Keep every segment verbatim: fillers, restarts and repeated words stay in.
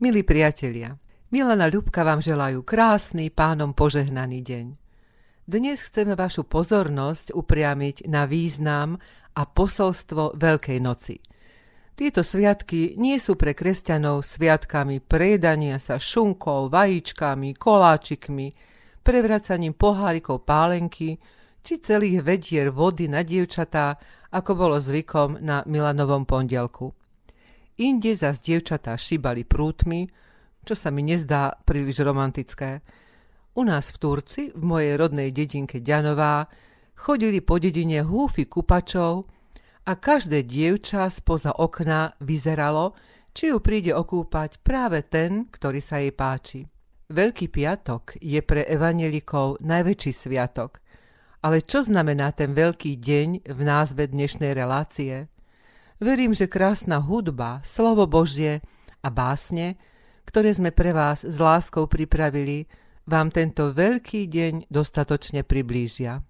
Milí priatelia, Milana Ľubka vám želajú krásny, Pánom požehnaný deň. Dnes chceme vašu pozornosť upriamiť na význam a posolstvo Veľkej noci. Tieto sviatky nie sú pre kresťanov sviatkami prejedania sa šunkou, vajíčkami, koláčikmi, prevracaním pohárikov pálenky či celých vedier vody na dievčatá, ako bolo zvykom na Milanovom pondelku. Inde zas dievčatá šibali prútmi, čo sa mi nezdá príliš romantické. U nás v Turci, v mojej rodnej dedinke Ďanová, chodili po dedine húfy kupačov a každé dievča spoza okna vyzeralo, či ju príde okúpať práve ten, ktorý sa jej páči. Veľký piatok je pre evanjelikov najväčší sviatok. Ale čo znamená ten veľký deň v názve dnešnej relácie? Verím, že krásna hudba, slovo Božie a básne, ktoré sme pre vás s láskou pripravili, vám tento veľký deň dostatočne priblížia.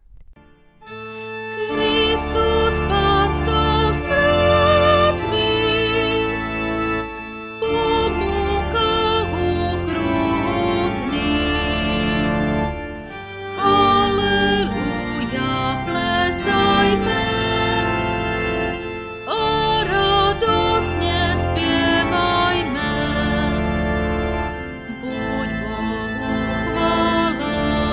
Kristus Pán stal z mŕtvych, po múkach ukrutných. Halleluja, plesajme a radostne spievajme. Buď Bohu chvála.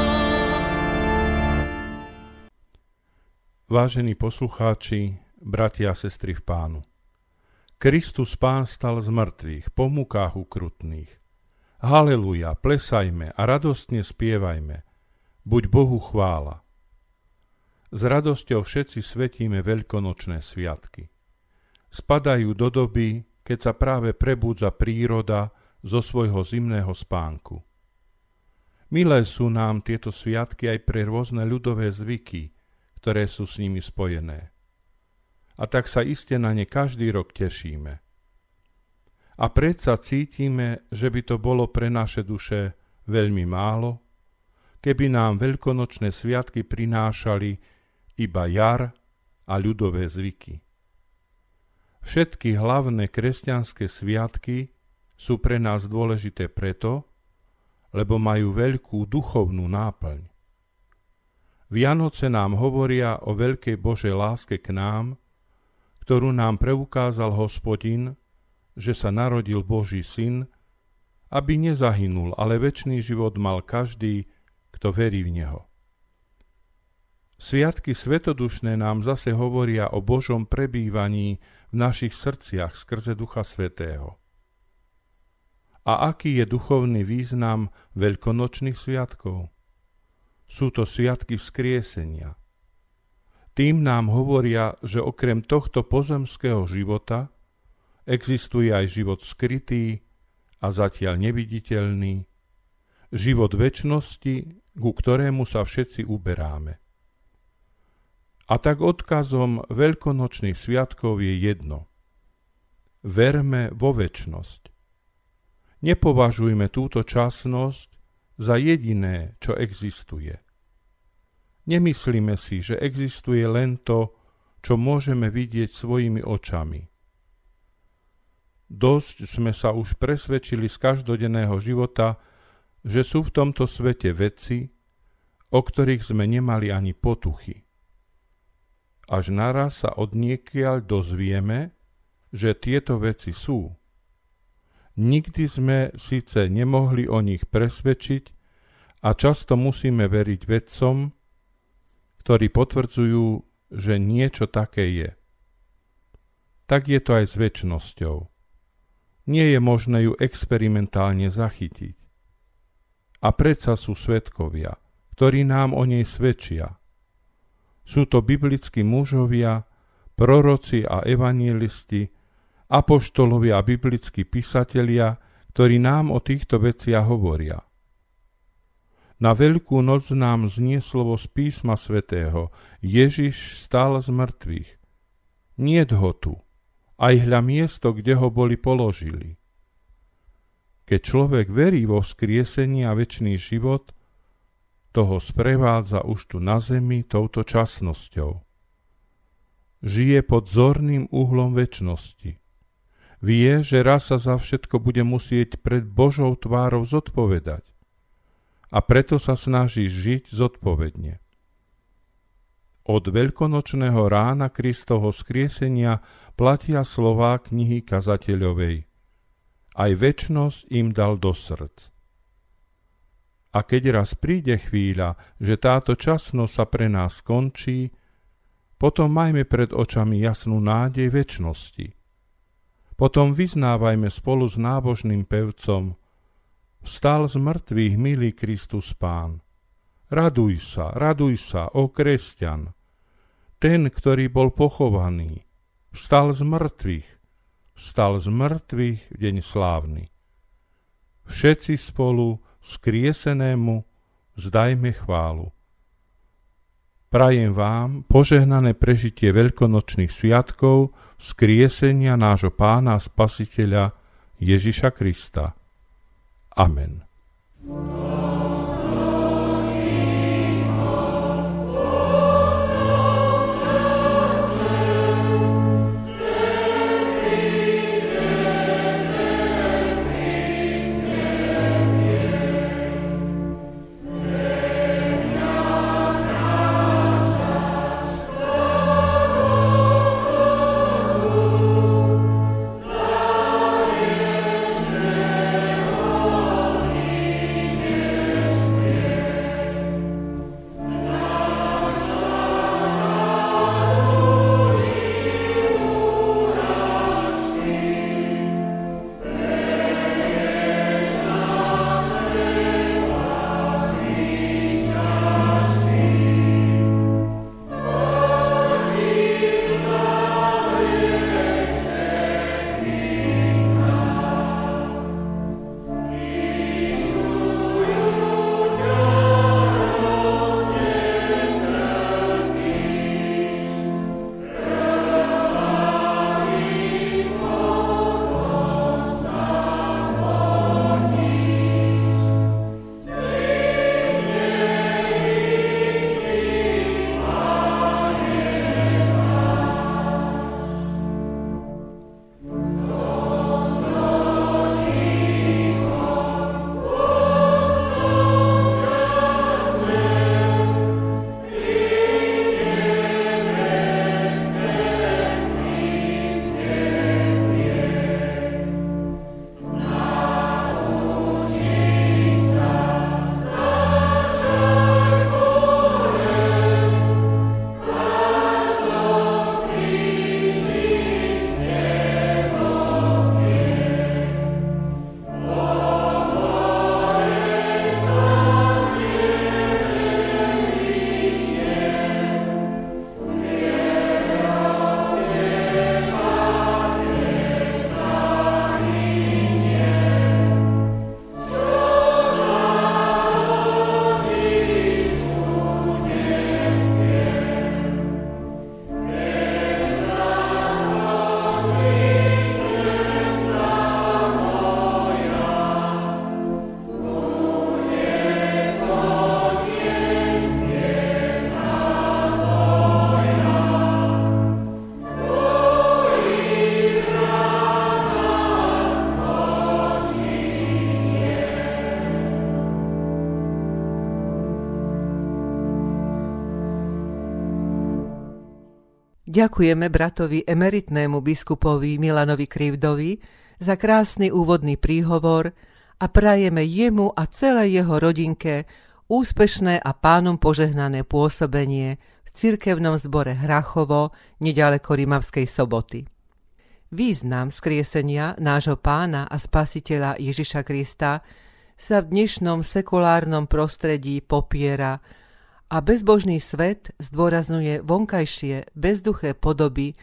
Vážení poslucháči, bratia a sestry v Pánu. Kristus Pán stal z mŕtvych, po múkách ukrutných. Haleluja, plesajme a radostne spievajme. Buď Bohu chvála. S radosťou všetci svetíme veľkonočné sviatky. Spadajú do doby, keď sa práve prebúdza príroda zo svojho zimného spánku. Milé sú nám tieto sviatky aj pre rôzne ľudové zvyky, ktoré sú s nimi spojené. A tak sa iste na ne každý rok tešíme. A predsa cítime, že by to bolo pre naše duše veľmi málo, keby nám veľkonočné sviatky prinášali iba jar a ľudové zvyky. Všetky hlavné kresťanské sviatky sú pre nás dôležité preto, lebo majú veľkú duchovnú náplň. Vianoce nám hovoria o veľkej Božej láske k nám, ktorú nám preukázal Hospodin, že sa narodil Boží syn, aby nezahynul, ale večný život mal každý, kto verí v neho. Sviatky svetodušné nám zase hovoria o Božom prebývaní v našich srdciach skrze Ducha Svätého. A aký je duchovný význam veľkonočných sviatkov? Sú to sviatky vzkriesenia. Tým nám hovoria, že okrem tohto pozemského života existuje aj život skrytý a zatiaľ neviditeľný, život večnosti, ku ktorému sa všetci uberáme. A tak odkazom veľkonočných sviatkov je jedno. Verme vo večnosť. Nepovažujme túto časnosť za jediné, čo existuje. Nemyslíme si, že existuje len to, čo môžeme vidieť svojimi očami. Dosť sme sa už presvedčili z každodenného života, že sú v tomto svete veci, o ktorých sme nemali ani potuchy. Až naraz sa odniekiaľ dozvieme, že tieto veci sú. Nikdy sme síce nemohli o nich presvedčiť a často musíme veriť vedcom, ktorí potvrdzujú, že niečo také je. Tak je to aj s večnosťou. Nie je možné ju experimentálne zachytiť. A predsa sú svedkovia, ktorí nám o nej svedčia. Sú to biblickí mužovia, proroci a evanjelisti, apoštolovia a biblickí písatelia, ktorí nám o týchto veciach hovoria. Na Veľkú noc nám znie slovo z písma svätého: Ježiš stál z mŕtvych. Niet ho tu, aj hľa miesto, kde ho boli položili. Keď človek verí vo vzkriesenie a večný život, toho sprevádza už tu na zemi touto časnosťou. Žije pod zorným uhlom večnosti. Vie, že raz sa za všetko bude musieť pred Božou tvárou zodpovedať. A preto sa snaží žiť zodpovedne. Od veľkonočného rána Kristovho skriesenia platia slová knihy kazateľovej. Aj večnosť im dal do srdc. A keď raz príde chvíľa, že táto časnosť sa pre nás skončí, potom majme pred očami jasnú nádej večnosti. Potom vyznávajme spolu s nábožným pevcom: Vstal z mŕtvych, milý Kristus Pán. Raduj sa, raduj sa, ó kresťan. Ten, ktorý bol pochovaný, vstal z mŕtvych, vstal z mŕtvych v deň slávny. Všetci spolu skriesenému vzdajme chválu. Prajem vám požehnané prežitie veľkonočných sviatkov vzkriesenia nášho Pána a Spasiteľa Ježiša Krista. Amen. Ďakujeme bratovi emeritnému biskupovi Milanovi Krivdovi za krásny úvodný príhovor a prajeme jemu a celej jeho rodinke úspešné a Pánom požehnané pôsobenie v cirkevnom zbore Hrachovo neďaleko Rimavskej Soboty. Význam skriesenia nášho Pána a Spasiteľa Ježiša Krista sa v dnešnom sekulárnom prostredí popiera a bezbožný svet zdôrazňuje vonkajšie bezduché podoby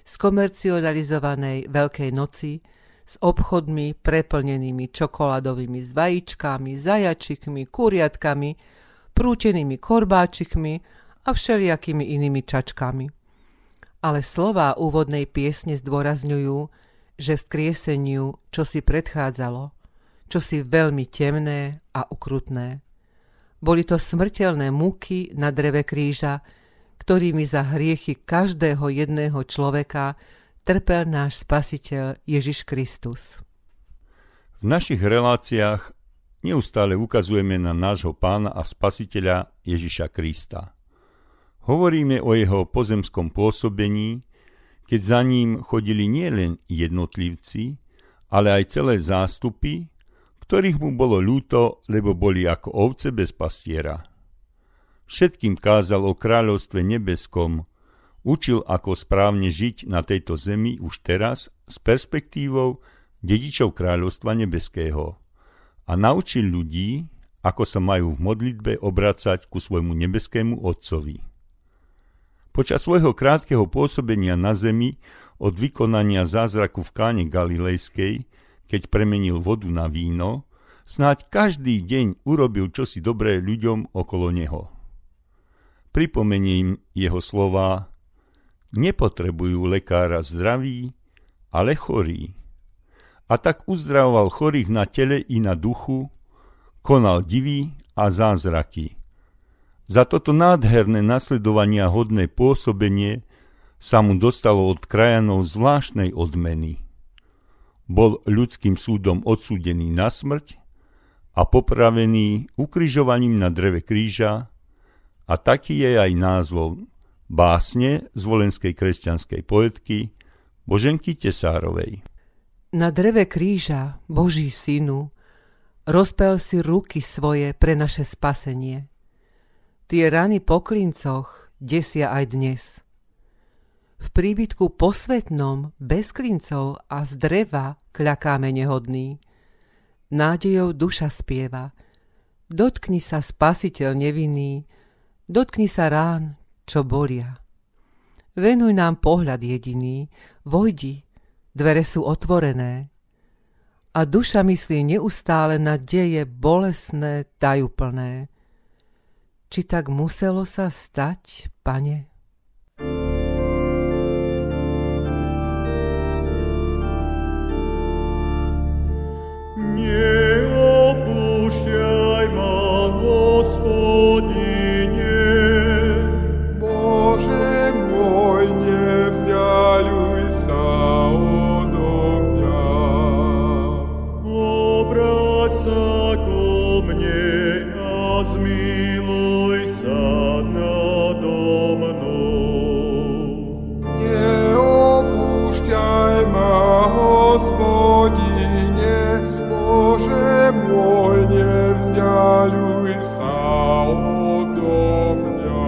skomercionalizovanej Veľkej noci s obchodmi preplnenými čokoládovými s vajíčkami, zajačikmi, kuriatkami, prútenými korbáčikmi a všelijakými inými čačkami. Ale slová úvodnej piesne zdôrazňujú, že vzkrieseniu čosi predchádzalo, čosi veľmi temné a ukrutné. Boli to smrteľné múky na dreve kríža, ktorými za hriechy každého jedného človeka trpel náš Spasiteľ Ježiš Kristus. V našich reláciách neustále ukazujeme na nášho Pána a Spasiteľa Ježiša Krista. Hovoríme o jeho pozemskom pôsobení, keď za ním chodili nielen jednotlivci, ale aj celé zástupy, ktorých mu bolo ľúto, lebo boli ako ovce bez pastiera. Všetkým kázal o kráľovstve nebeskom, učil, ako správne žiť na tejto zemi už teraz s perspektívou dedičov kráľovstva nebeského a naučil ľudí, ako sa majú v modlitbe obracať ku svojmu nebeskému Otcovi. Počas svojho krátkeho pôsobenia na zemi od vykonania zázraku v Káne Galilejskej, keď premenil vodu na víno, snáď každý deň urobil čosi dobré ľuďom okolo neho. Pripomeniem jeho slová: nepotrebujú lekára zdraví, ale chorí. A tak uzdravoval chorých na tele i na duchu, konal divy a zázraky. Za toto nádherné nasledovania hodné pôsobenie sa mu dostalo od krajanov zvláštnej odmeny. Bol ľudským súdom odsúdený na smrť a popravený ukrižovaním na dreve kríža, a taký je aj názov básne z volenskej kresťanskej poetky Boženky Tesárovej. Na dreve kríža, Boží synu, rozpel si ruky svoje pre naše spasenie. Tie rany po klincoch desia aj dnes. V príbytku posvetnom, bez klincov a z dreva kľakáme nehodný. Nádejou duša spieva: dotkni sa, Spasiteľ nevinný, dotkni sa rán, čo bolia. Venuj nám pohľad jediný, vojdi, dvere sú otvorené. A duša myslí neustále na deje bolesné, tajúplné. Či tak muselo sa stať, Pane? Neopúšťaj ma, Hospodine, Bože môj, nevzdiaľuj sa odo mňa. Obráť sa ko mne a zmiluj sa nado mnou. Neopúšťaj ma, Hospodine, Bože môj, nevzdiaľuj sa odo mňa.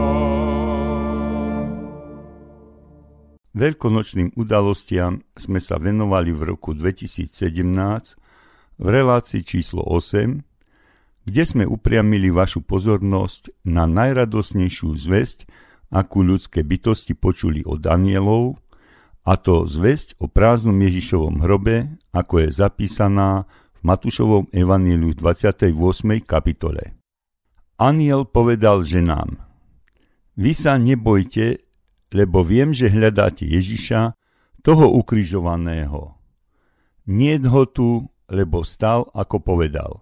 Veľkonočným udalostiam sme sa venovali v roku dvetisícsedemnásť v relácii číslo osem, kde sme upriamili vašu pozornosť na najradosnejšiu zvesť, akú ľudské bytosti počuli od anielov, a to zvesť o prázdnom Ježišovom hrobe, ako je zapísaná v Matúšovom evanjeliu v dvadsiatej ôsmej kapitole. Anjel povedal ženám: vy sa nebojte, lebo viem, že hľadáte Ježiša, toho ukrižovaného. Niet ho tu, lebo vstal, ako povedal.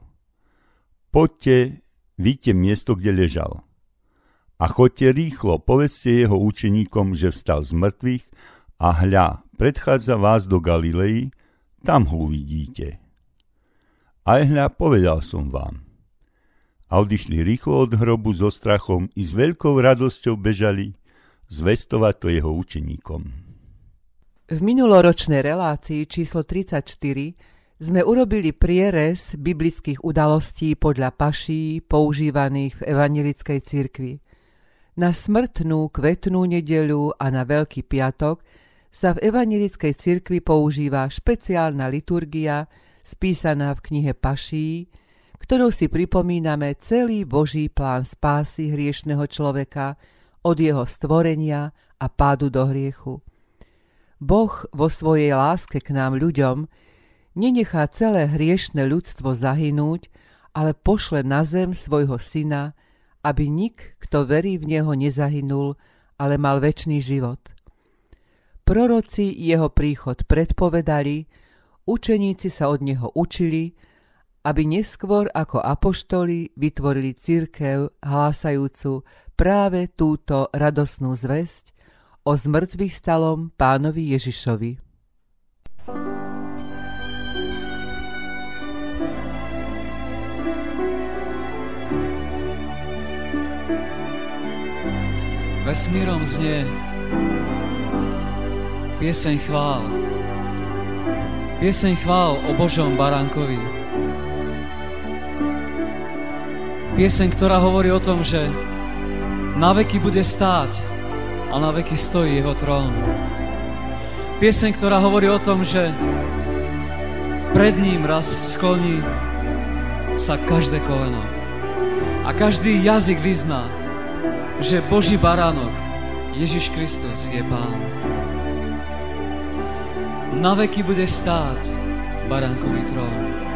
Poďte, vidíte miesto, kde ležal. A choďte rýchlo, povedzte jeho učeníkom, že vstal z mŕtvych, a hľa, predchádza vás do Galilei, tam ho uvidíte. Aj hľa, povedal som vám. A odišli rýchlo od hrobu so strachom i s veľkou radosťou bežali zvestovať to jeho učeníkom. V minuloročnej relácii číslo tridsaťštyri sme urobili prierez biblických udalostí podľa paší používaných v evanjelickej cirkvi. Na smrtnú kvetnú nedeľu a na Veľký piatok sa v evanjelickej cirkvi používa špeciálna liturgia spísaná v knihe Paší, ktorou si pripomíname celý Boží plán spásy hriešneho človeka od jeho stvorenia a pádu do hriechu. Boh vo svojej láske k nám ľuďom nenechá celé hriešne ľudstvo zahynúť, ale pošle na zem svojho syna, aby nik, kto verí v neho, nezahynul, ale mal večný život. Proroci jeho príchod predpovedali, učeníci sa od neho učili, aby neskôr ako apoštoli vytvorili cirkev hlásajúcu práve túto radosnú zvesť o zmrtvých stalom Pánovi Ježišovi. Vesmírom znie pieseň chvál. Pieseň chvál o Božom baránkovi. Pieseň, ktorá hovorí o tom, že na veky bude stáť a na veky stojí jeho trón. Pieseň, ktorá hovorí o tom, že pred ním raz skloní sa každé koleno a každý jazyk vyzná, že Boží baránok Ježiš Kristus je Pán. Na veky bude stáť baránkový trón.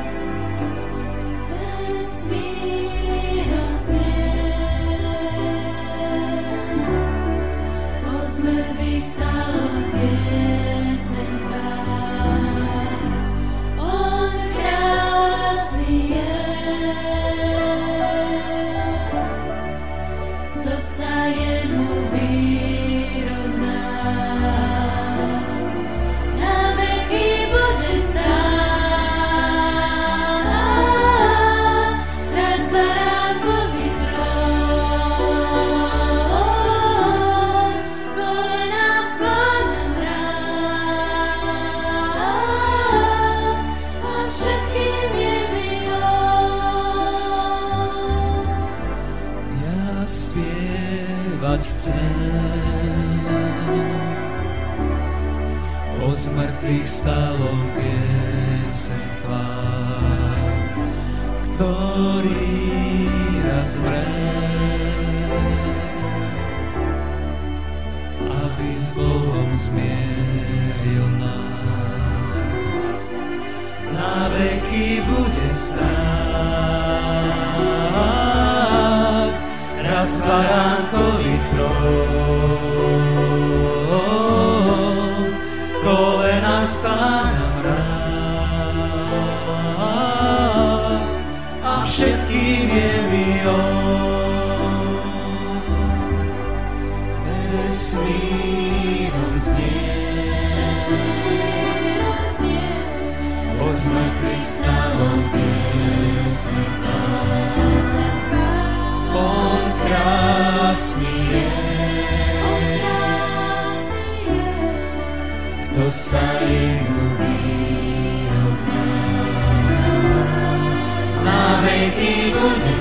O zmrtvých stálom pieseň chvál, ktorý raz zmrel, aby s Bohom zmieril nás. Na veky bude stáť raz baránkový trón. Kolena stána hrá a všetkým je mi on. Vesmírom znie o zmrtvých stálom pieseň chvál. On krásny je, kto sa jemu vyrovná. Na veky bude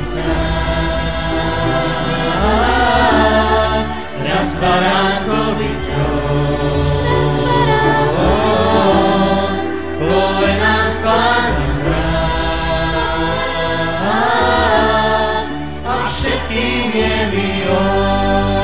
stáť raz baránkový trón. Kolena skláňa rád a všetkým je mi on.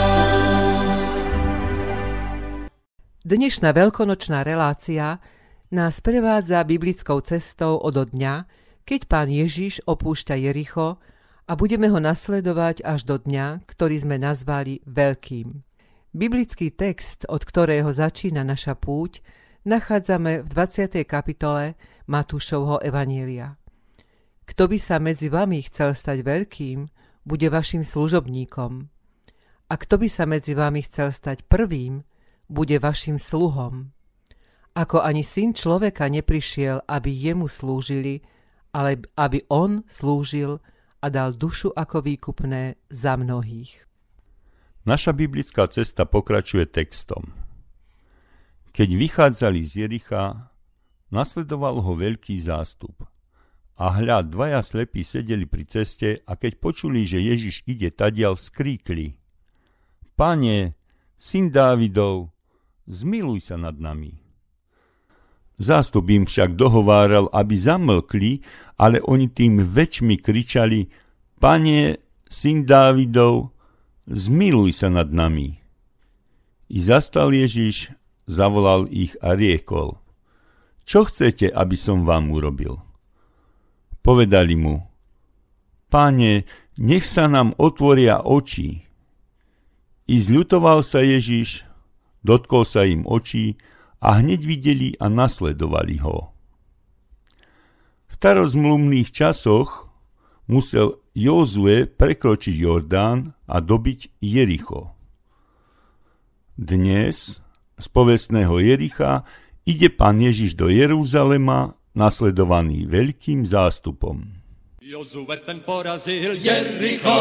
Dnešná veľkonočná relácia nás prevádza biblickou cestou od dňa, keď Pán Ježiš opúšťa Jericho a budeme ho nasledovať až do dňa, ktorý sme nazvali Veľkým. Biblický text, od ktorého začína naša púť, nachádzame v dvadsiatej kapitole Matúšovho evanjelia. Kto by sa medzi vami chcel stať veľkým, bude vašim služobníkom. A kto by sa medzi vami chcel stať prvým, bude vašim sluhom. Ako ani Syn človeka neprišiel, aby jemu slúžili, ale aby on slúžil a dal dušu ako výkupné za mnohých. Naša biblická cesta pokračuje textom. Keď vychádzali z Jericha, nasledoval ho veľký zástup. A hľa, dvaja slepí sedeli pri ceste a keď počuli, že Ježiš ide tadiaľ, skríkli: Pane, Syn Dávidov, zmiluj sa nad nami. Zástup im však dohováral, aby zamlkli, ale oni tým väčšmi kričali: Pane, Syn Dávidov, zmiluj sa nad nami. I zastal Ježiš, zavolal ich a riekol: Čo chcete, aby som vám urobil? Povedali mu: Pane, nech sa nám otvoria oči. I zľutoval sa Ježiš, dotkol sa im očí a hneď videli a nasledovali ho. V starozmluvných časoch musel Jozue prekročiť Jordán a dobiť Jericho. Dnes z povestného Jericha ide Pán Ježiš do Jeruzalema, nasledovaný veľkým zástupom. Jozue ten porazil Jericho,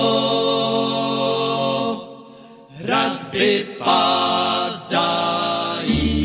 hradby padají.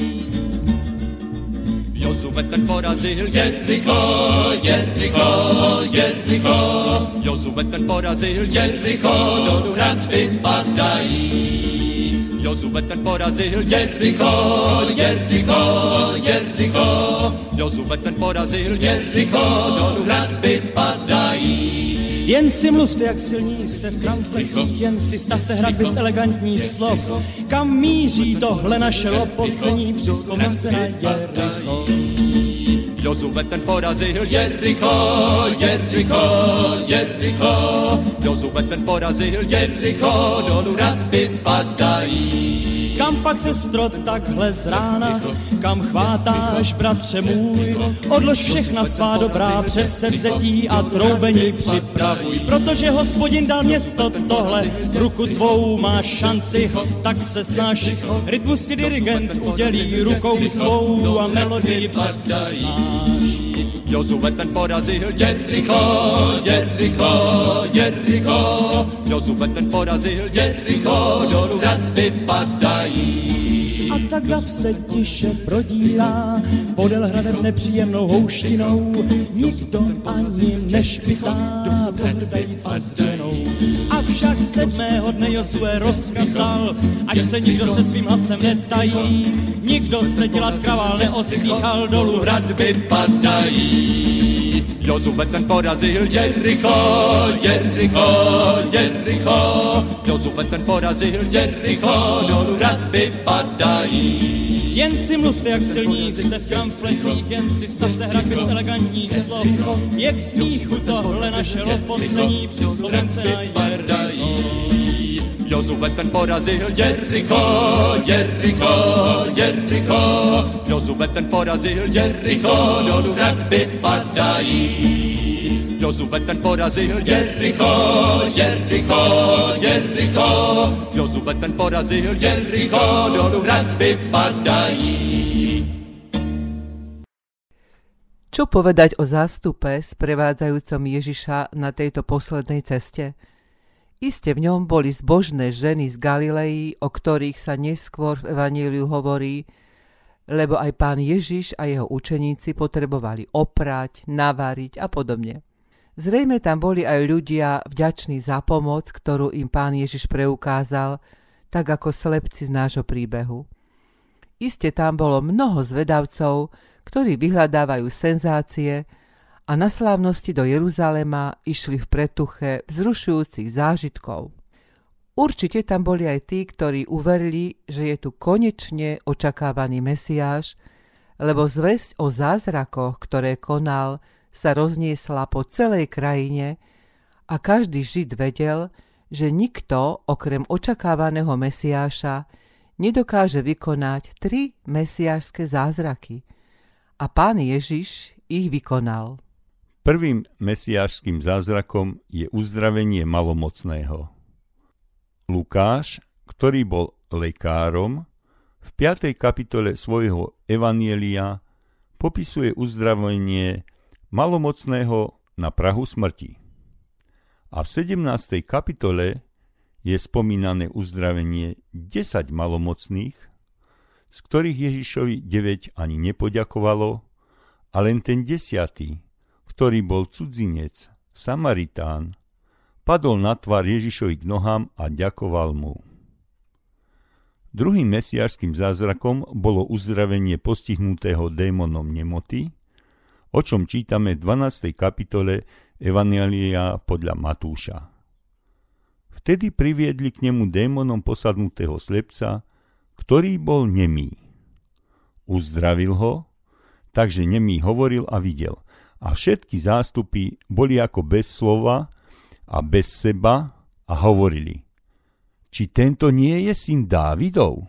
Jozue ten porazil Jericho, Jericho, Jericho. Jozue ten porazil Jericho, dolů hradby padají. Jozue ten porazil Jericho, Jericho, Jericho. Jozue ten porazil Jericho, dolů hradby padají. Jen si mluvte, jak silní jste v kramflecích, jen si stavte hradby z elegantních slov. Kam míří tohle naše lopocení při vzpomence na Jericho? Jozue ten porazil Jericho, Jericho, Jericho. Jozue ten porazil Jericho, dolů hradby padají. Kam pak, sestro, takhle z rána, kam chvátáš, bratře můj? Odlož všechna svá dobrá předsevzetí a troubení připravuj. Protože Hospodin dal město tohle, v ruku tvou máš šanci, tak se snaž. Rytmus ti dirigent udělí rukou svou a melodii přece znáš. Jozue ten porazil Jericho, Jericho, Jericho. Jozue ten porazil Jericho, dolů hradby padají. A tak dav se tiše prodírá podél hradeb nepříjemnou houštinou. Nikdo ani nešpitá, pohrdajíc na stěnou. Avšak sedmého dne Jozue rozkaz dal, ať se nikdo se svým hlasem netají. Nikdo se dělat kravál neostýchal, dolů hradby padají. Jozue ten porazil Jericho, Jericho, Jericho. Jozue ten porazil Jericho, dolů hradby padají. Jen si mluvte, jak silní jste v kramflecích, jen si stavte hradby z elegantních slov. Je k smíchu tohle naše lopocení při vzpomence na Jericho. Jozue ten porazil Jericho, Jericho, Jericho. Jozue ten porazil Jericho, dolů hradby padají. Jozue ten porazil Jericho, Jericho, Jericho. Jozue ten porazil Jericho, dolů hradby padají. Čo povedať o zástupe sprevádzajúcom Ježiša na tejto poslednej ceste? Iste v ňom boli zbožné ženy z Galilei, o ktorých sa neskôr v Evaníliu hovorí, lebo aj Pán Ježiš a jeho učeníci potrebovali oprať, navariť a podobne. Zrejme tam boli aj ľudia vďační za pomoc, ktorú im Pán Ježiš preukázal, tak ako slepci z nášho príbehu. Iste tam bolo mnoho zvedavcov, ktorí vyhľadávajú senzácie a na slávnosti do Jeruzalema išli v pretuche vzrušujúcich zážitkov. Určite tam boli aj tí, ktorí uverili, že je tu konečne očakávaný Mesiáš, lebo zvesť o zázrakoch, ktoré konal, sa rozniesla po celej krajine a každý Žid vedel, že nikto okrem očakávaného Mesiáša nedokáže vykonať tri mesiášske zázraky. A Pán Ježiš ich vykonal. Prvým mesiášským zázrakom je uzdravenie malomocného. Lukáš, ktorý bol lekárom, v piatej kapitole svojho Evanielia popisuje uzdravenie malomocného na prahu smrti. A v sedemnástej kapitole je spomínané uzdravenie desať malomocných, z ktorých Ježišovi deväť ani nepoďakovalo, a len ten desiatý, ktorý bol cudzinec, Samaritán, padol na tvár Ježišovi k nohám a ďakoval mu. Druhým mesiášskym zázrakom bolo uzdravenie postihnutého démonom nemoty, o čom čítame v dvanástej kapitole Evanjelia podľa Matúša. Vtedy priviedli k nemu démonom posadnutého slepca, ktorý bol nemý. Uzdravil ho, takže nemý hovoril a videl. A všetky zástupy boli ako bez slova a bez seba a hovorili: či tento nie je syn Dávidov?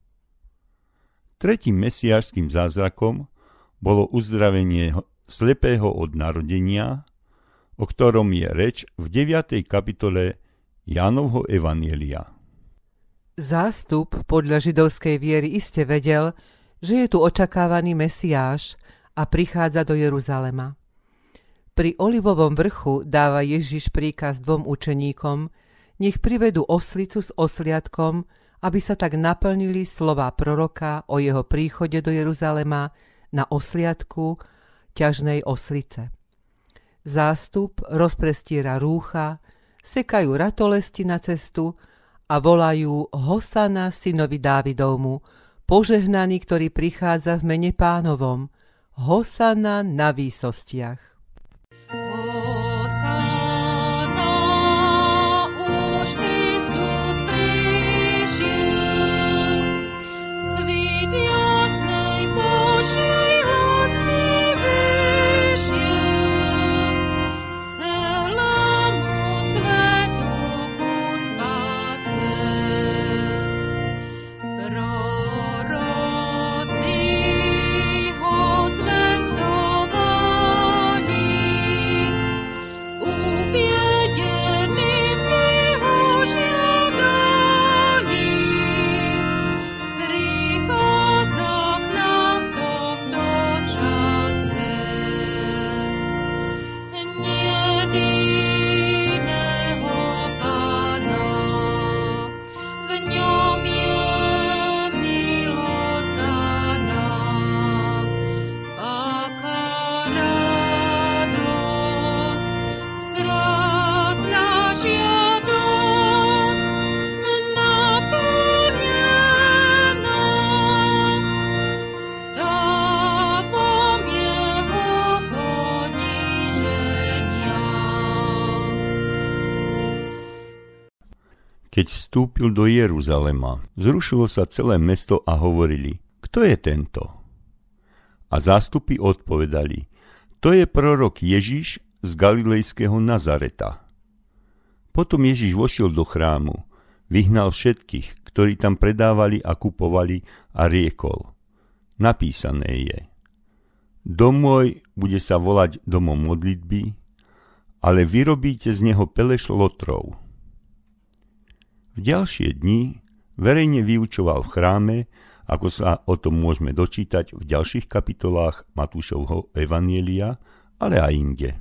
Tretím mesiášským zázrakom bolo uzdravenie slepého od narodenia, o ktorom je reč v deviatej kapitole Jánovho Evanielia. Zástup podľa židovskej viery iste vedel, že je tu očakávaný Mesiáš a prichádza do Jeruzalema. Pri Olivovom vrchu dáva Ježiš príkaz dvom učeníkom, nech privedú oslicu s osliadkom, aby sa tak naplnili slová proroka o jeho príchode do Jeruzalema na osliadku ťažnej oslice. Zástup rozprestiera rúcha, sekajú ratolesti na cestu a volajú Hosana synovi Dávidovmu, požehnaný, ktorý prichádza v mene Pánovom, Hosana na výsostiach. Keď vstúpil do Jeruzalema, zrušilo sa celé mesto a hovorili, kto je tento? A zástupy odpovedali, to je prorok Ježiš z galilejského Nazareta. Potom Ježiš vošiel do chrámu, vyhnal všetkých, ktorí tam predávali a kupovali a riekol, napísané je, dom môj bude sa volať domom modlitby, ale vyrobíte z neho peleš lotrov. V ďalšie dni verejne vyučoval v chráme, ako sa o tom môžeme dočítať v ďalších kapitolách Matúšovho evanjelia, ale aj inde.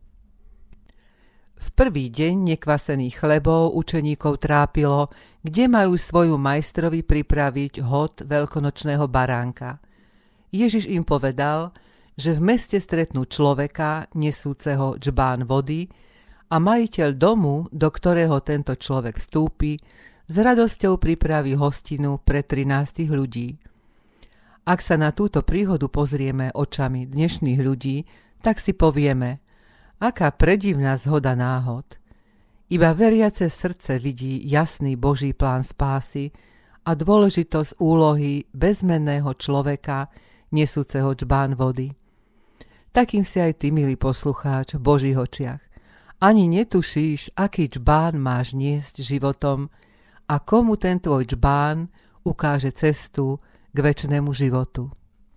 V prvý deň nekvasených chlebov učeníkov trápilo, kde majú svoju majstrovi pripraviť hod veľkonočného baránka. Ježiš im povedal, že v meste stretnú človeka nesúceho džbán vody, a majiteľ domu, do ktorého tento človek vstúpi, s radosťou pripraví hostinu pre trinástich ľudí. Ak sa na túto príhodu pozrieme očami dnešných ľudí, tak si povieme, aká predivná zhoda náhod. Iba veriace srdce vidí jasný Boží plán spásy a dôležitosť úlohy bezmenného človeka, nesúceho džbán vody. Takým si aj ty, milý poslucháč, v Božích očiach. Ani netušíš, aký džbán máš niesť životom a komu ten tvoj džbán ukáže cestu k večnému životu.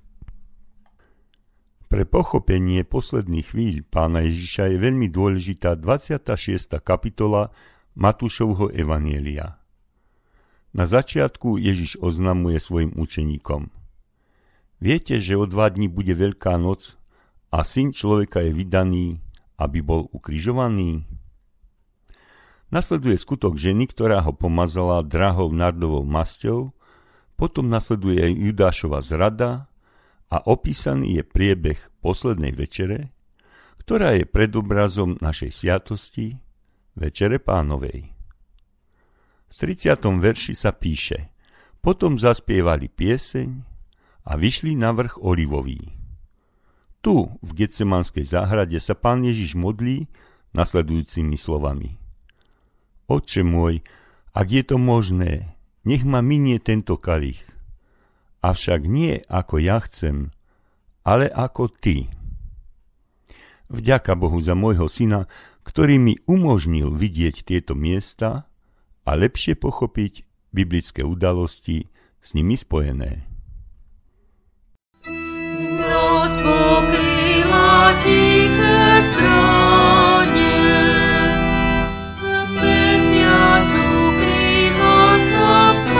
Pre pochopenie posledných chvíľ Pána Ježiša je veľmi dôležitá dvadsiata šiesta kapitola Matúšovho evanjelia. Na začiatku Ježiš oznamuje svojim učeníkom. Viete, že o dva dní bude Veľká noc a Syn človeka je vydaný, aby bol ukrižovaný? Nasleduje skutok ženy, ktorá ho pomazala drahou nardovou masťou, potom nasleduje Judášova zrada a opísaný je priebeh poslednej večere, ktorá je predobrazom našej sviatosti, Večere Pánovej. V tridsiatom verši sa píše, potom zaspievali pieseň a vyšli na vrch Olivový. Tu, v Getsemanskej záhrade, sa Pán Ježiš modlí nasledujúcimi slovami. Otče môj, ak je to možné, nech ma minie tento kalich. Avšak nie ako ja chcem, ale ako ty. Vďaka Bohu za môjho syna, ktorý mi umožnil vidieť tieto miesta a lepšie pochopiť biblické udalosti s nimi spojené. Noc pokryla tiché stráne, mesiac ukryva sa v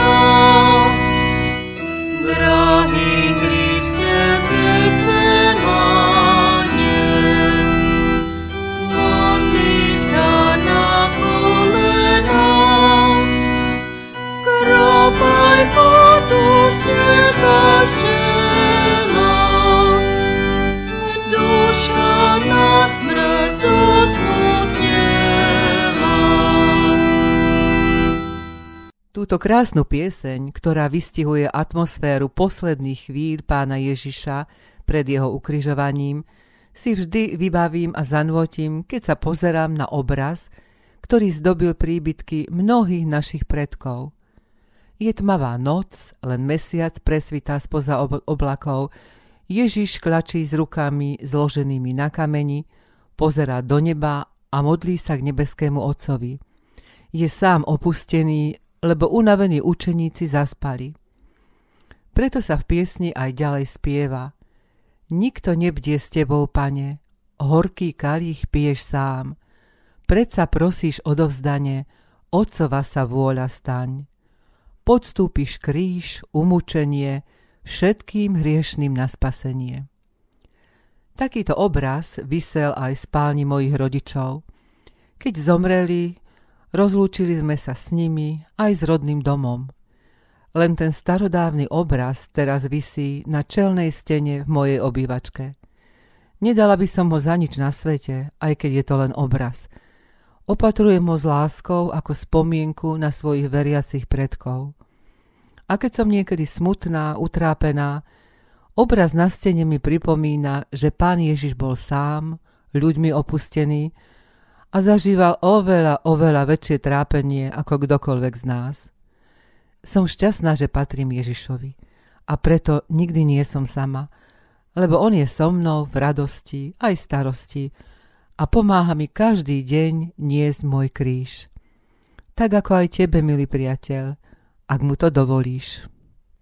Túto krásnu pieseň, ktorá vystihuje atmosféru posledných chvíľ pána Ježiša pred jeho ukrižovaním, si vždy vybavím a zanvotím, keď sa pozerám na obraz, ktorý zdobil príbytky mnohých našich predkov. Je tmavá noc, len mesiac presvitá spoza ob- oblakov, Ježiš klačí s rukami zloženými na kameni, pozerá do neba a modlí sa k nebeskému Otcovi. Je sám opustený, lebo unavení učeníci zaspali. Preto sa v piesni aj ďalej spieva: Nikto nebdie s tebou, Pane, horký kalich piješ sám. Predsa prosíš odovzdane, Otcova sa vôľa staň. Podstúpiš kríž, umúčenie, všetkým hriešným na spasenie. Takýto obraz visel aj v spálni mojich rodičov. Keď zomreli, rozlúčili sme sa s nimi aj s rodným domom. Len ten starodávny obraz teraz visí na čelnej stene v mojej obývačke. Nedala by som ho za nič na svete, aj keď je to len obraz. Opatrujem ho s láskou ako spomienku na svojich veriacich predkov. A keď som niekedy smutná, utrápená, obraz na stene mi pripomína, že Pán Ježiš bol sám, ľuďmi opustený, a zažíval oveľa, oveľa väčšie trápenie ako kdokoľvek z nás. Som šťastná, že patrím Ježišovi a preto nikdy nie som sama, lebo on je so mnou v radosti aj starosti a pomáha mi každý deň niesť môj kríž. Tak ako aj tebe, milý priateľ, ak mu to dovolíš.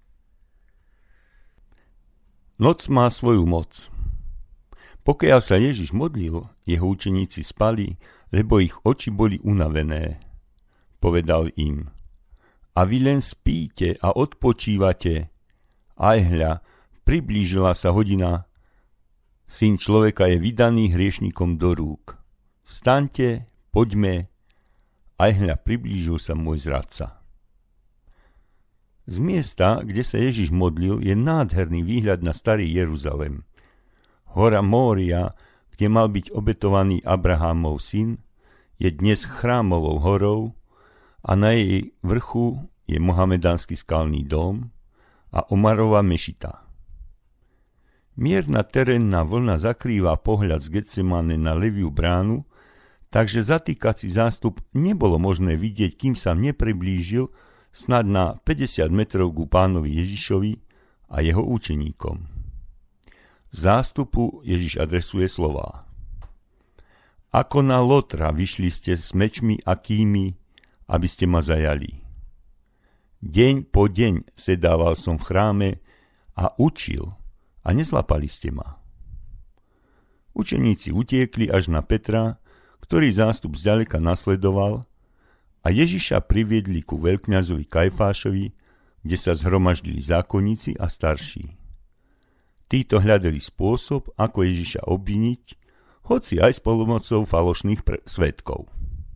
Noc má svoju moc. Pokiaľ sa Ježiš modlil, jeho učeníci spali, lebo ich oči boli unavené. Povedal im: A vy len spíte a odpočívate. Aj hľa, priblížila sa hodina. Syn človeka je vydaný hriešnikom do rúk. Vstaňte, poďme. Aj hľa, priblížil sa môj zradca. Z miesta, kde sa Ježiš modlil, je nádherný výhľad na starý Jeruzalem. Hora Mória, kde mal byť obetovaný Abrahámov syn, je dnes chrámovou horou a na jej vrchu je mohamedánsky skalný dom a Omarova mešita. Mierna terénna vlna zakrýva pohľad z Getsemane na Leviu bránu, takže zatýkací zástup nebolo možné vidieť, kým sa nepriblížil snad na päťdesiat metrov ku Pánovi Ježišovi a jeho učeníkom. Zástupu Ježiš adresuje slová: Ako na lotra vyšli ste s mečmi akými, aby ste ma zajali. Deň po deň sedával som v chráme a učil a nezlapali ste ma. Učeníci utiekli až na Petra, ktorý zástup zďaleka nasledoval, a Ježiša priviedli ku veľkňazovi Kajfášovi, kde sa zhromaždili zákonníci a starší. Títo hľadali spôsob, ako Ježiša obviniť, hoci aj s pomocou falošných pre- svedkov.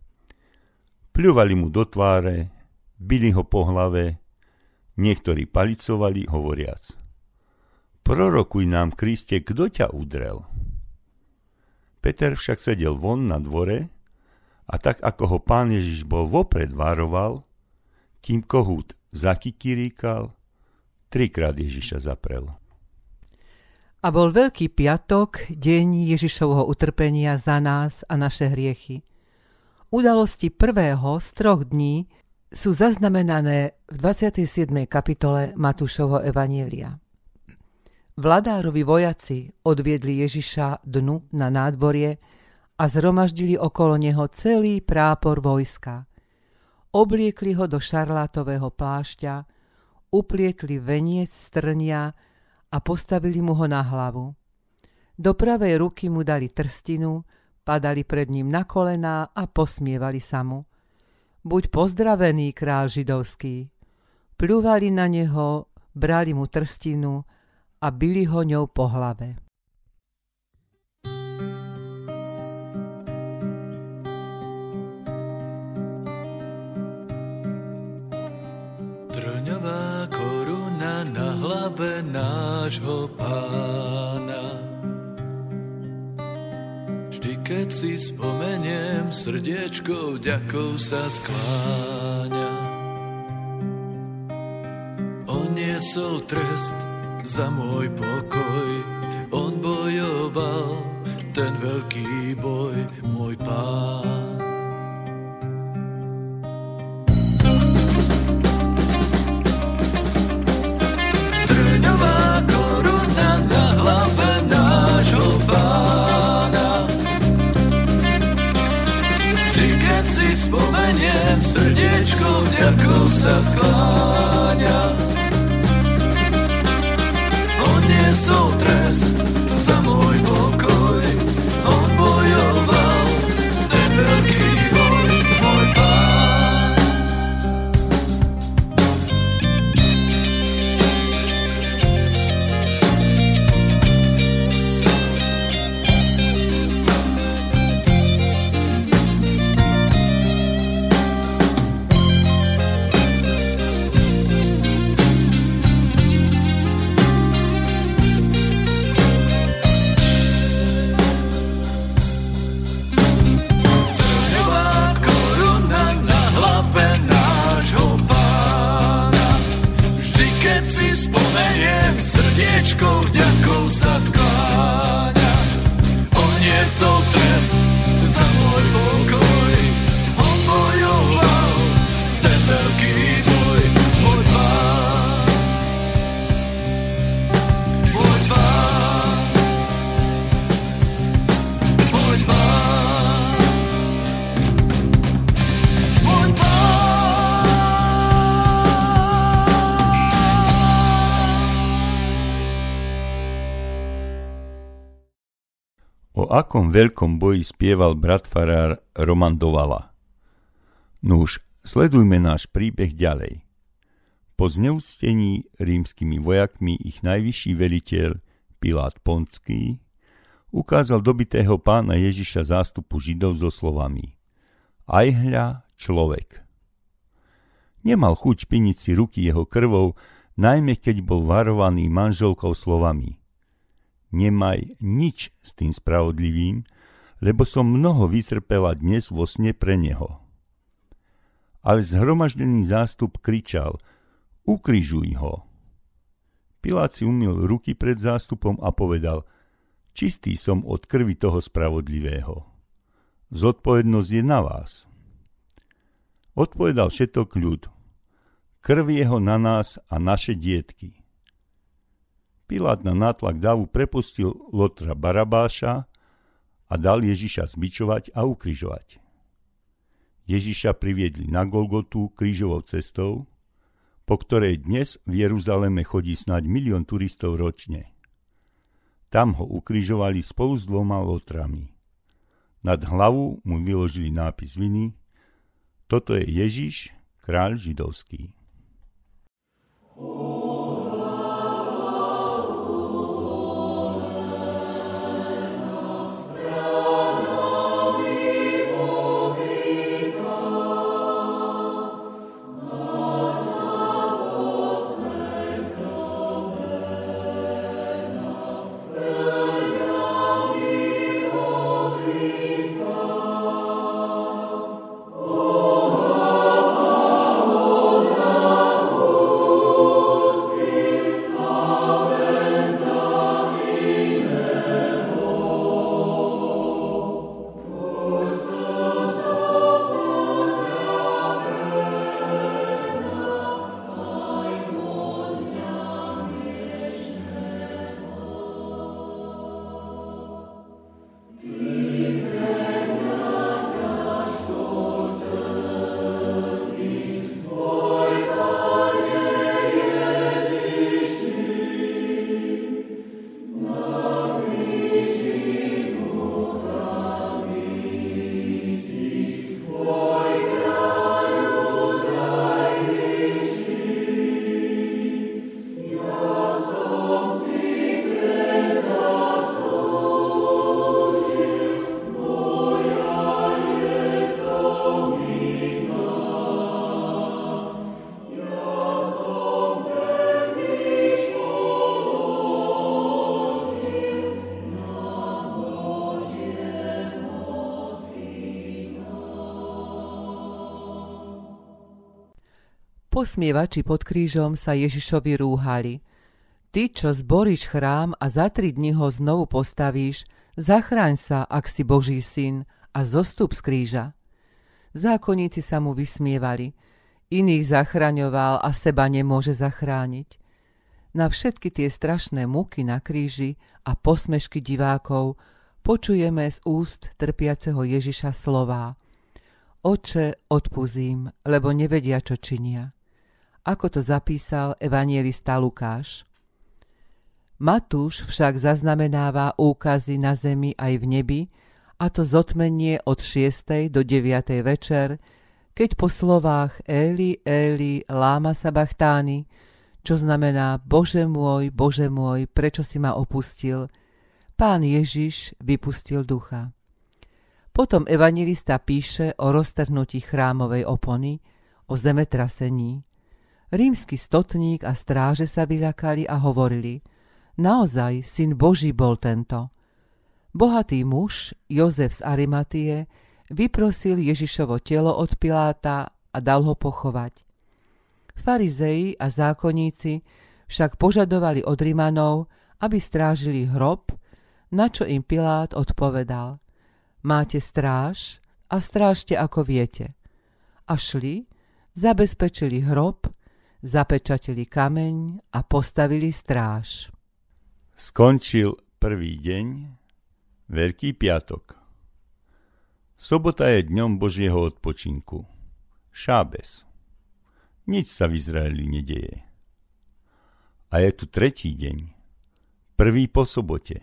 Pľuvali mu do tváre, bili ho po hlave, niektorí palicovali, hovoriac: Prorokuj nám, Kriste, kto ťa udrel? Peter však sedel von na dvore a tak, ako ho Pán Ježiš bol vopred varoval, kým kohút zakikiríkal, trikrát Ježiša zaprel. A bol Veľký piatok, deň Ježišovho utrpenia za nás a naše hriechy. Udalosti prvého z troch dní sú zaznamenané v dvadsiatej siedmej kapitole Matúšovho evanjelia. Vladárovi vojaci odviedli Ježiša dnu na nádvorie a zhromaždili okolo neho celý prápor vojska. Obliekli ho do šarlátového plášťa, uplietli veniec z trnia a postavili mu ho na hlavu. Do pravej ruky mu dali trstinu, padali pred ním na kolená a posmievali sa mu. Buď pozdravený, kráľ židovský. Pľúvali na neho, brali mu trstinu a bili ho ňou po hlave. Trňová koruna na hlave nášho Pána. Vždy, keď si spomeniem, srdiečko vďakou sa skláňa. niesol trest za môj pokoj. On bojoval ten veľký boj, môj Pán. Trňová koruna na hlave nášho Pána. Vždy, keď si spomeniem, srdiečko vďakou sa skláňa. On niesol trest za môj pokoj, on bojoval ten veľký boj, môj Pán. Srdiečko vďakou sa skláňa. On niesol trest za môj pokoj, on bojoval ten veľký boj, môj Pán. Môj Pán. Môj Pán. Môj Pán. O akom veľkom boji spieval brat farár Roman Dovala. Nuž, sledujme náš príbeh ďalej. Po zneúctení rímskymi vojakmi ich najvyšší veliteľ Pilát Pontský ukázal dobitého pána Ježiša zástupu Židov so slovami: Aj hľa, človek. Nemal chuť špiniť si ruky jeho krvou, najmä keď bol varovaný manželkou slovami: Nemaj nič s tým spravodlivým, lebo som mnoho vytrpela dnes vo sne pre neho. Ale zhromaždený zástup kričal: Ukrižuj ho. Pilát si umyl ruky pred zástupom a povedal: Čistý som od krvi toho spravodlivého. Zodpovednosť je na vás. Odpovedal všetok ľud: Krv jeho na nás a naše dietky. Pilát na nátlak davu prepustil lotra Barabáša a dal Ježiša zbičovať a ukrižovať. Ježiša priviedli na Golgotu krížovou cestou, po ktorej dnes v Jeruzaleme chodí snáď milión turistov ročne. Tam ho ukrižovali spolu s dvoma lotrami. Nad hlavu mu vyložili nápis viny: Toto je Ježiš, kráľ židovský. Oh Posmievači pod krížom sa Ježišovi rúhali. Ty, čo zboríš chrám a za tri dni ho znovu postavíš, zachráň sa, ak si Boží syn, a zostup z kríža. Zákonníci sa mu vysmievali. Iných zachraňoval a seba nemôže zachrániť. Na všetky tie strašné múky na kríži a posmešky divákov počujeme z úst trpiaceho Ježiša slová: Oče, odpusť, lebo nevedia, čo činia. Ako to zapísal evanjelista Lukáš. Matúš však zaznamenáva úkazy na zemi aj v nebi, a to zotmenie od šiestej do deviatej večer, keď po slovách Éli, Éli, láma sabachtáni, čo znamená Bože môj, Bože môj, prečo si ma opustil, Pán Ježiš vypustil ducha. Potom evanjelista píše o roztrhnutí chrámovej opony, o zemetrasení. Rímsky stotník a stráže sa vyľakali a hovorili: naozaj, syn Boží bol tento. Bohatý muž, Jozef z Arimatie, vyprosil Ježišovo telo od Piláta a dal ho pochovať. Farizei a zákonníci však požadovali od Rimanov, aby strážili hrob, na čo im Pilát odpovedal: máte stráž a strážte ako viete. A šli, zabezpečili hrob, zapečatili kameň a postavili stráž. Skončil prvý deň, Veľký piatok. Sobota je dňom Božieho odpočinku. Šábes. Nič sa v Izraeli nedeje. A je tu tretí deň, prvý po sobote.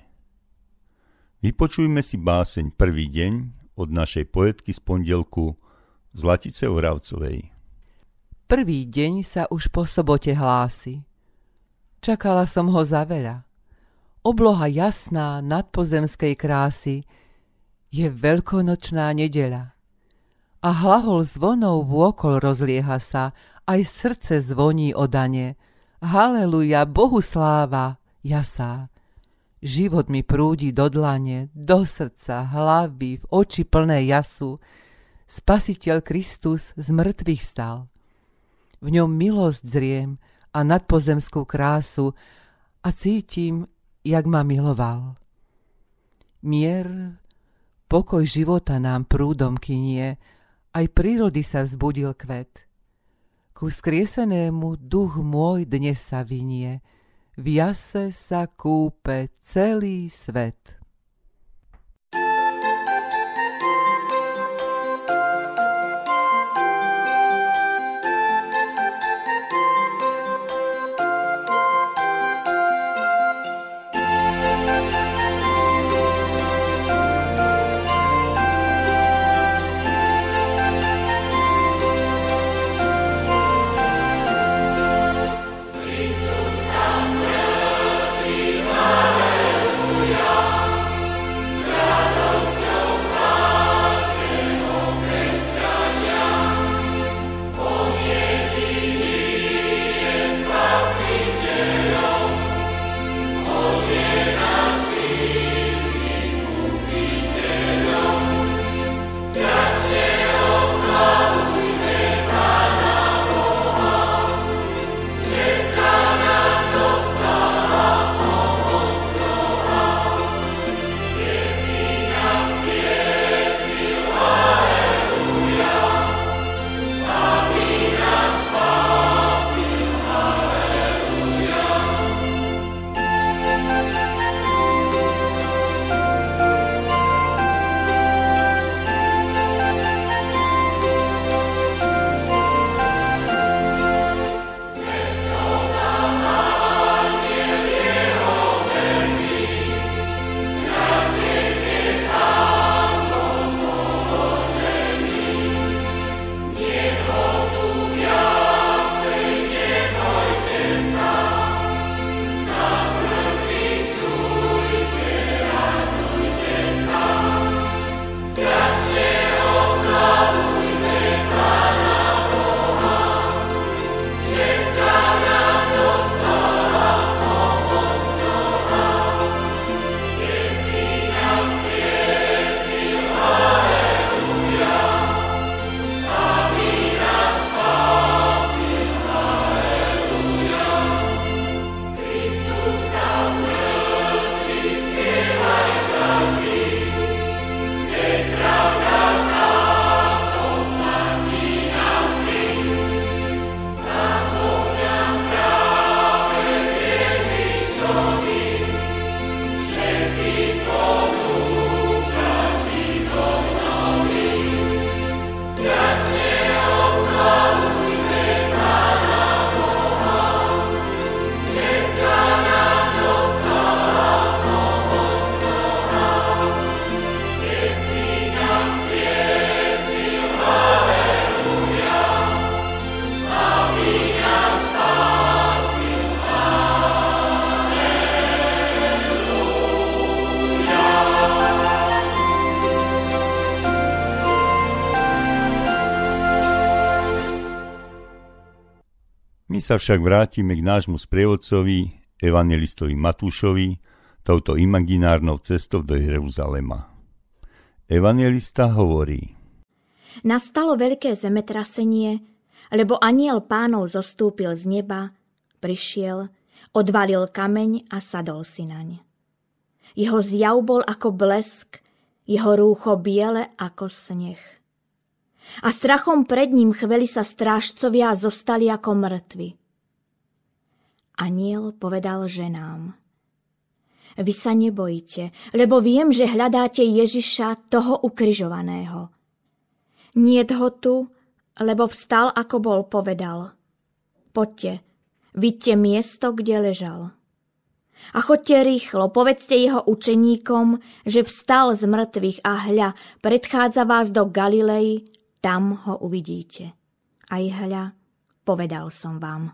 Vypočujme si báseň Prvý deň od našej poetky z pondelku Zlatice Oravcovej. Prvý deň sa už po sobote hlási. Čakala som ho za veľa. Obloha jasná nadpozemskej krásy, je veľkonočná nedeľa. A hlahol zvonov vôkol rozlieha sa, aj srdce zvoní o dane. Haleluja, Bohu sláva, jasá. Život mi prúdi do dlane, do srdca, hlavy, v oči plné jasu. Spasiteľ Kristus z mŕtvych vstal. V ňom milosť zriem a nadpozemskú krásu a cítim, jak ma miloval. Mier, pokoj života nám prúdom kynie, aj prírody sa vzbudil kvet. Ku skriesenému duch môj dnes sa vinie, v jase sa kúpe celý svet. Hallelujah. My sa však vrátime k nášmu sprievodcovi, evangelistovi Matúšovi, touto imaginárnou cestou do Jeruzalema. Evangelista hovorí: Nastalo veľké zemetrasenie, lebo anjel Pánov zostúpil z neba, prišiel, odvalil kameň a sadol si naň. Jeho zjav bol ako blesk, jeho rúcho biele ako sneh. A strachom pred ním chveli sa strážcovia a zostali ako mŕtvi. Anjel povedal ženám: Vy sa nebojte, lebo viem, že hľadáte Ježiša, toho ukrižovaného. Niet ho tu, lebo vstal, ako bol povedal. Poďte, vidte miesto, kde ležal. A choďte rýchlo, povedzte jeho učeníkom, že vstal z mŕtvych a hľa, predchádza vás do Galilei, tam ho uvidíte. Aj hľa, povedal som vám.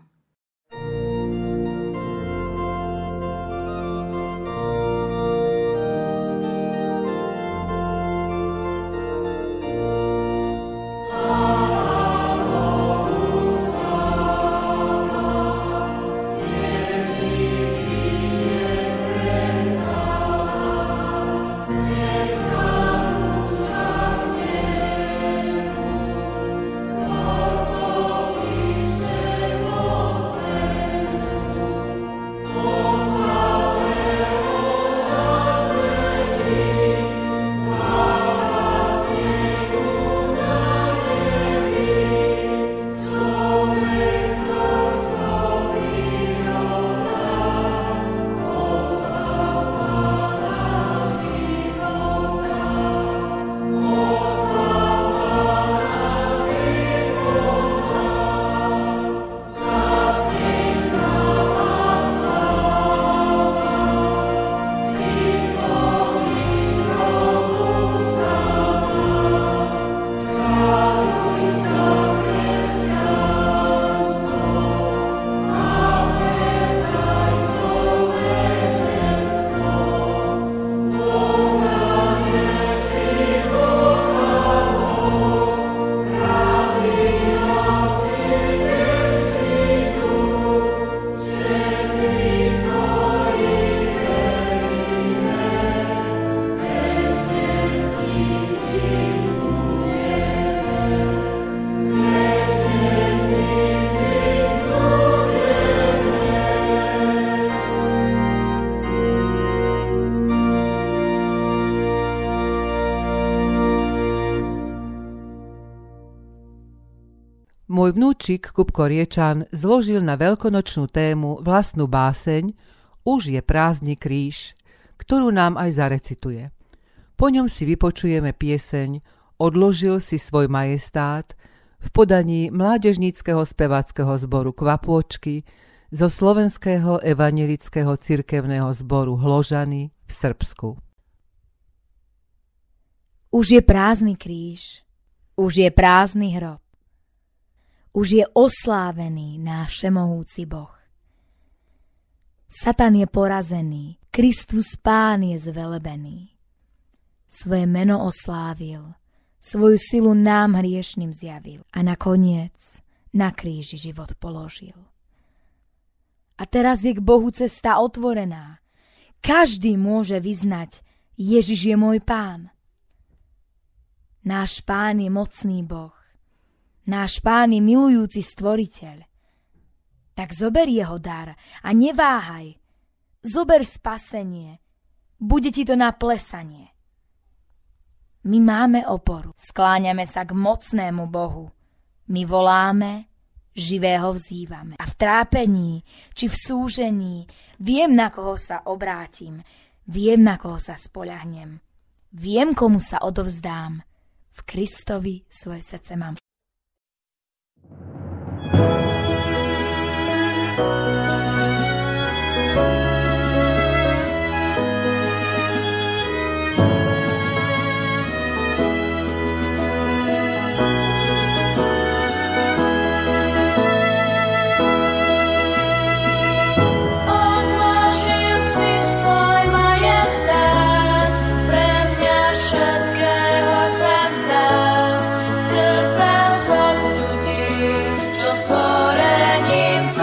Môj vnúčik Kupko Riečan zložil na veľkonočnú tému vlastnú báseň Už je prázdny kríž, ktorú nám aj zarecituje. Po ňom si vypočujeme pieseň Odložil si svoj majestát v podaní mládežníckeho speváckeho zboru Kvapôčky zo Slovenského evanjelického cirkevného zboru Hložany v Srbsku. Už je prázdny kríž, už je prázdny hrob, už je oslávený náš všemohúci Boh. Satan je porazený, Kristus Pán je zvelebený. Svoje meno oslávil, svoju silu nám hriešným zjavil a nakoniec na kríži život položil. A teraz je k Bohu cesta otvorená. Každý môže vyznať, Ježiš je môj Pán. Náš Pán je mocný Boh. Náš Pán je milujúci stvoriteľ. Tak zober jeho dar a neváhaj. Zober spasenie. Bude ti to na plesanie. My máme oporu. Skláňame sa k mocnému Bohu. My voláme, živého vzývame. A v trápení, či v súžení, viem, na koho sa obrátim. Viem, na koho sa spoľahnem. Viem, komu sa odovzdám. V Kristovi svoje srdce mám. Trpel som ľudí, čo stvorení v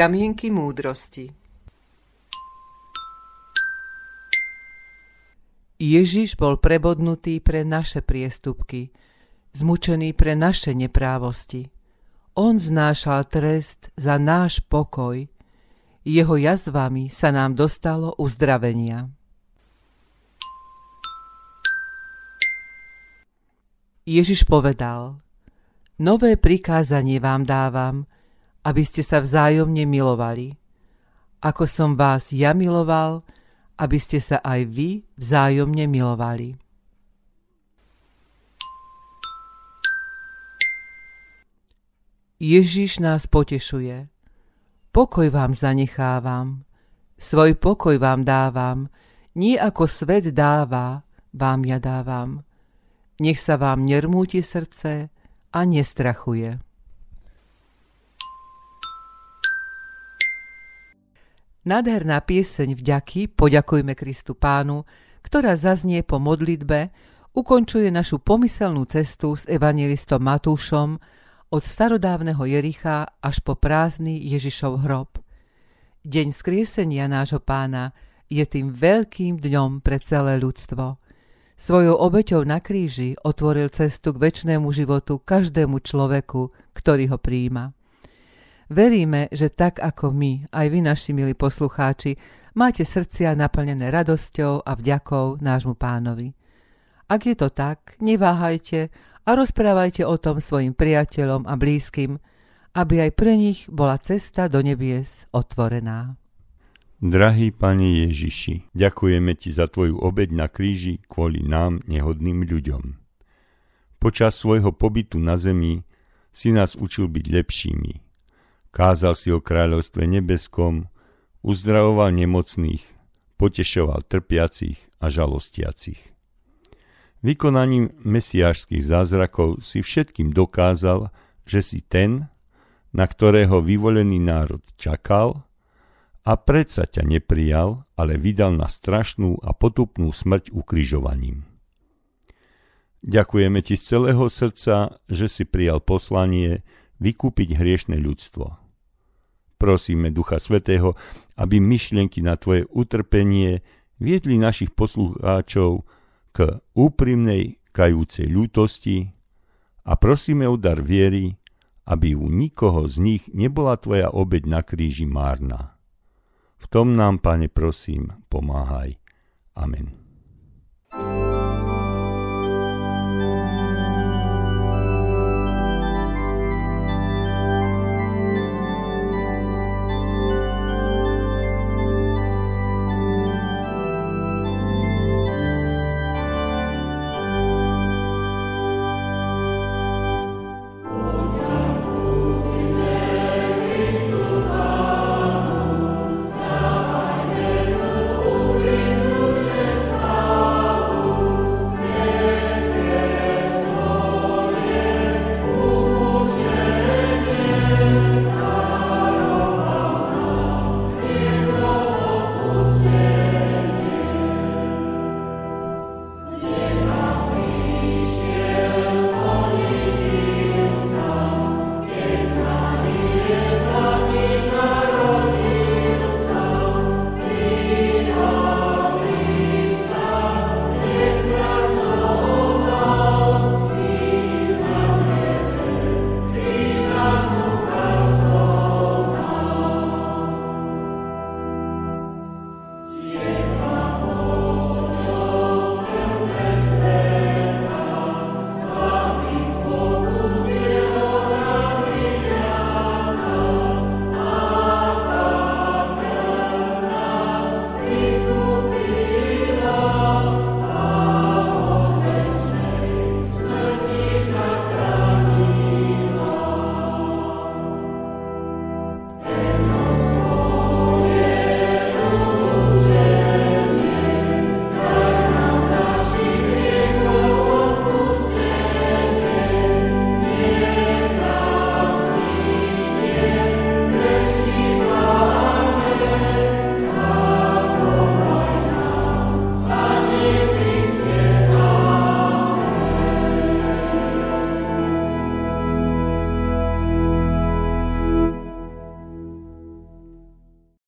Kamienky múdrosti. Ježiš bol prebodnutý pre naše priestupky, zmučený pre naše neprávosti. On znášal trest za náš pokoj. Jeho jazvami sa nám dostalo uzdravenia. Ježiš povedal: Nové prikázanie vám dávam, aby ste sa vzájomne milovali. Ako som vás ja miloval, aby ste sa aj vy vzájomne milovali. Ježiš nás potešuje. Pokoj vám zanechávam, svoj pokoj vám dávam, nie ako svet dáva, vám ja dávam. Nech sa vám nermúti srdce a nestrachuje. Nádherná pieseň vďaky Poďakujme Kristu Pánu, ktorá zaznie po modlitbe, ukončuje našu pomyselnú cestu s evanjelistom Matúšom od starodávneho Jericha až po prázdny Ježišov hrob. Deň skriesenia nášho Pána je tým veľkým dňom pre celé ľudstvo. Svojou obeťou na kríži otvoril cestu k večnému životu každému človeku, ktorý ho prijíma. Veríme, že tak ako my, aj vy, naši milí poslucháči, máte srdcia naplnené radosťou a vďakou nášmu Pánovi. Ak je to tak, neváhajte a rozprávajte o tom svojim priateľom a blízkym, aby aj pre nich bola cesta do nebies otvorená. Drahý Pane Ježiši, ďakujeme Ti za Tvoju obeť na kríži kvôli nám, nehodným ľuďom. Počas svojho pobytu na zemi si nás učil byť lepšími. Kázal si o kráľovstve nebeskom, uzdravoval nemocných, potešoval trpiacich a žalostiacich. Vykonaním mesiášskych zázrakov si všetkým dokázal, že si ten, na ktorého vyvolený národ čakal, a predsa ťa neprijal, ale vydal na strašnú a potupnú smrť ukrižovaním. Ďakujeme Ti z celého srdca, že si prijal poslanie vykúpiť hriešne ľudstvo. Prosíme Ducha Svätého, aby myšlienky na Tvoje utrpenie viedli našich poslucháčov k úprimnej kajúcej ľútosti a prosíme o dar viery, aby u nikoho z nich nebola Tvoja obeť na kríži márna. V tom nám, Pane, prosím, pomáhaj. Amen.